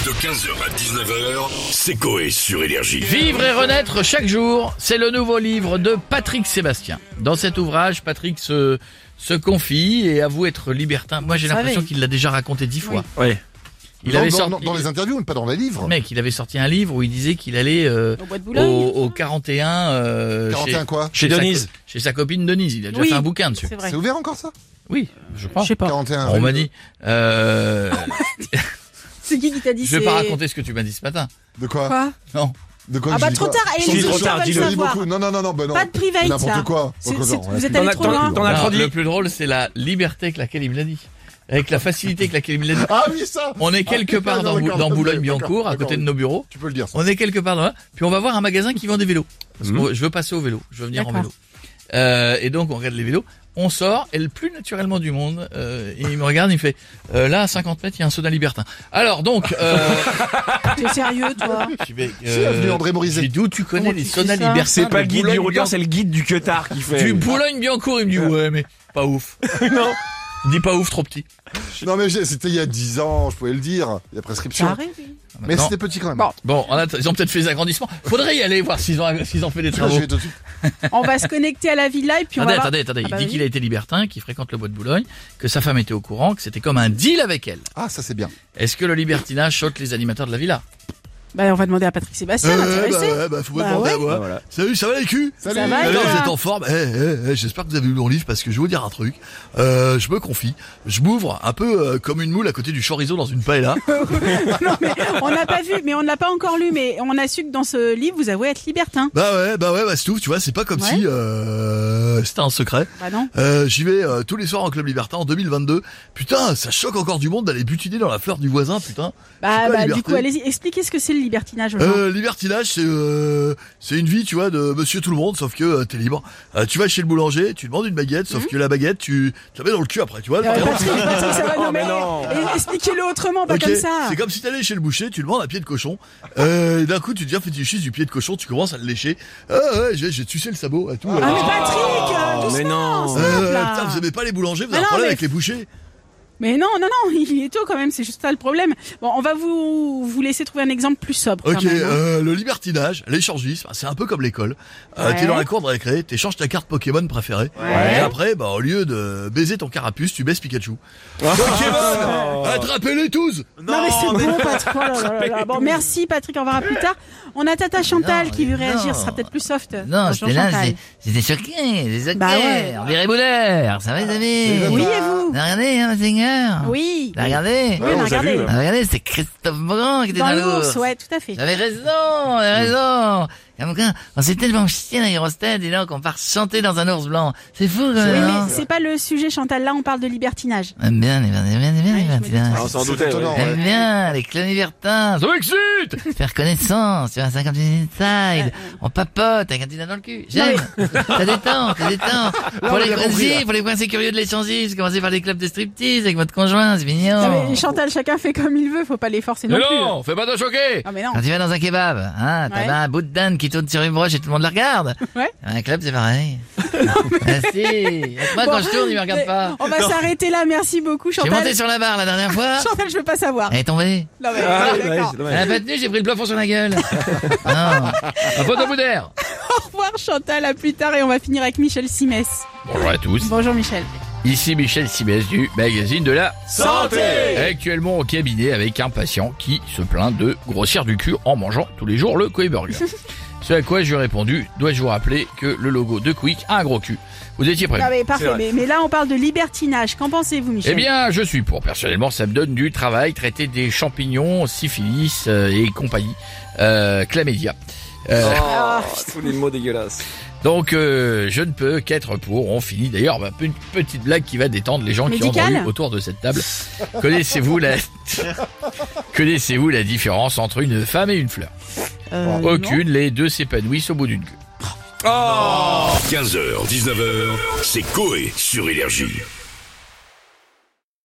De 15h à 19h, c'est Coé sur Énergie. Vivre et renaître chaque jour, c'est le nouveau livre de Patrick Sébastien. Dans cet ouvrage, Patrick se confie et avoue être libertin. Moi, j'ai l'impression qu'il l'a déjà raconté 10 fois. Ouais. Il avait sorti, dans les interviews, mais pas dans les livres. Mec, il avait sorti un livre où il disait qu'il allait Au Bois de Boulogne. au 41 41 quoi Chez Denise. chez sa copine Denise. Il a déjà fait un bouquin dessus. C'est vrai. C'est ouvert encore ça? Oui, je crois. Je sais pas. 41. On m'a dit. C'est qui t'a dit Je vais pas raconter ce que tu m'as dit ce matin. De quoi? Quoi? Non. De quoi? Ah bah j'ai dit trop quoi? tard. Si, Et les trop auditeurs tard, veulent dis-le. J'ai dit savoir. beaucoup. Non, bah non. Pas de private là. N'importe quoi. Vous êtes allé trop loin. T'en as trop Non, dit. le plus drôle, c'est la liberté avec laquelle il me l'a dit. Avec la facilité avec laquelle il me l'a dit. Ah oui, ça! On est quelque part dans Boulogne-Billancourt, à côté de nos bureaux. Tu peux le dire, ça. On est quelque part là, puis on va voir un magasin qui vend des vélos. Parce que je veux passer au vélo, je veux venir en vélo. Et donc on regarde les vélos, on sort, et le plus naturellement du monde, et il me regarde, il me fait, là à 50 mètres, il y a un soda libertin. Alors donc, T'es sérieux toi? je vais, C'est avenue André Morizet. j'ai dit, d'où tu connais Comment les tu sodas sais ça libertins? C'est pas le de guide du Boulogne-Billancourt routeur, c'est le guide du Queutard qui fait. Du Boulogne-Billancourt, il me dit, ouais, mais pas ouf. Non. Dis pas ouf, trop petit. Non, mais c'était il y a 10 ans, je pouvais le dire. Il y a prescription. T'as rêvé. Mais Non. c'était petit quand même. Bon. Bon, ils ont peut-être fait des agrandissements. Faudrait y aller voir s'ils ont fait des Tu vois, travaux. j'y vais tout de suite. On va se connecter à la villa et puis on va voir. Attendez. Ah Il bah dit oui. qu'il a été libertin, qu'il fréquente le bois de Boulogne, que sa femme était au courant, que c'était comme un deal avec elle. Ah, ça c'est bien. Est-ce que le libertinage choque les animateurs de la villa? Bah on va demander à Patrick Sébastien, intéressé. Faut pas Bah demander ouais. à moi. Voilà. Salut, ça va les culs? Salut. Ça va, Alors, toi vous êtes en forme? J'espère que vous avez lu mon livre parce que je vais vous dire un truc. Je me confie. Je m'ouvre un peu comme une moule à côté du chorizo dans une paella. Non mais on n'a pas vu, mais on ne l'a pas encore lu, mais on a su que dans ce livre vous avouez être libertin. Bah c'est tout. Tu vois, c'est pas comme Ouais. si c'était un secret. Bah non. J'y vais tous les soirs en club libertin en 2022. Putain, ça choque encore du monde d'aller butiner dans la fleur du voisin, putain. C'est quoi, Bah du liberté coup allez-y, expliquez ce que c'est le libertinage aux gens. Libertinage, c'est une vie, tu vois, de monsieur tout le monde, sauf que t'es libre. Tu vas chez le boulanger, tu demandes une baguette, sauf que la baguette, tu te la mets dans le cul après, tu vois. Patrick, ça va, Oh, non mais mais non. expliquez-le autrement, pas Ok, comme ça. c'est comme si t'allais chez le boucher, tu demandes un pied de cochon, et d'un coup tu deviens fétichiste du pied de cochon, tu commences à le lécher. J'ai sucé le sabot et tout. Ah mais Patrick, mais doucement, non. stop, là. Putain, vous aimez pas les boulangers, vous avez Ah un non, problème mais- avec les bouchers. Mais non, il est tôt quand même, c'est juste ça le problème. Bon, on va vous laisser trouver un exemple plus sobre quand Ok, même. Hein. le libertinage, l'échangisme, c'est un peu comme l'école. Ouais. T'es dans la cour de récré, t'échanges ta carte Pokémon préférée. Ouais. Et après, au lieu de baiser ton carapuce, tu baises Pikachu. Ah. Pokémon, attrapez-les tous. Non mais c'est bon Patrick. Oh là là là. Bon, merci Patrick, on verra plus tard. On a Tata Chantal qui veut réagir, ce sera peut-être plus soft. Non, Bonjour, j'étais là, Chantal. j'étais choqué, Bah ouais. on dirait Bouleur, ça va les amis? Oui et vous? Vous avez regardé, hein, Seigneur? Oui. Vous avez regardé? Oui, on a on s'est regardé. vu, Ah, regardez, c'est Christophe Beaugrand qui était Dans dans l'ours, l'ours. ouais, tout à fait. J'avais raison. Comme quoi, on s'est tellement chié dans les grosses têtes, et là, qu'on part chanter dans un ours blanc. C'est fou, quand Oui, même, mais hein? c'est pas le sujet Chantal, là on parle de libertinage. J'aime bien, Ouais, je me dis. Ah, on s'en doutait. étonnant, Ouais. ouais. J'aime bien, les clowns libertins. Ça m'excite! Faire connaissance, tu vois, ça comme une inside. On papote avec un petit doigt dans le cul. J'aime. Ça détend. Pour les coincés, pour les coincés curieux de l'échangiste, commencez par les clubs de striptease avec votre conjoint, c'est mignon. Non, mais Chantal, chacun fait comme il veut, faut pas les forcer non plus. fais pas de choquer! Ah mais non. Quand tu vas dans un kebab, hein, t'as Ouais. un bout de dinde qui tourne sur une broche et tout le monde la regarde. Ouais. Un club, c'est pareil. Ah si. Moi, quand je tourne, il me regarde pas. On va s'arrêter là, merci beaucoup J'ai Chantal. monté sur la barre la dernière fois. Chantal, je veux pas savoir. Elle est tombée. Non mais Ah, ouais, ouais, d'accord. c'est dommage. Elle a pas tenu, j'ai pris le plafond sur la gueule. Non. Un faute de bout d'air. Au revoir Chantal, à plus tard et on va finir avec Michel Simès. Bonjour à tous. Bonjour Michel. Ici Michel Simès du magazine de la Santé. Actuellement au cabinet avec un patient qui se plaint de grossir du cul en mangeant tous les jours le Coé Burger. Ce à quoi je lui ai répondu, dois-je vous rappeler que le logo de Quick a un gros cul. Vous étiez prêts? Ah mais parfait, C'est vrai. mais là on parle de libertinage. Qu'en pensez-vous Michel? Eh bien, je suis pour. Personnellement, ça me donne du travail, traiter des champignons, syphilis et compagnie, chlamydia. Tous les mots dégueulasses. Donc, je ne peux qu'être pour. On finit d'ailleurs une petite blague qui va détendre les gens qui Médical. ont eu autour de cette table. Connaissez-vous la différence entre une femme et une fleur? Aucune, les deux s'épanouissent au bout d'une queue. 15h, 19h, c'est Coé sur Énergie.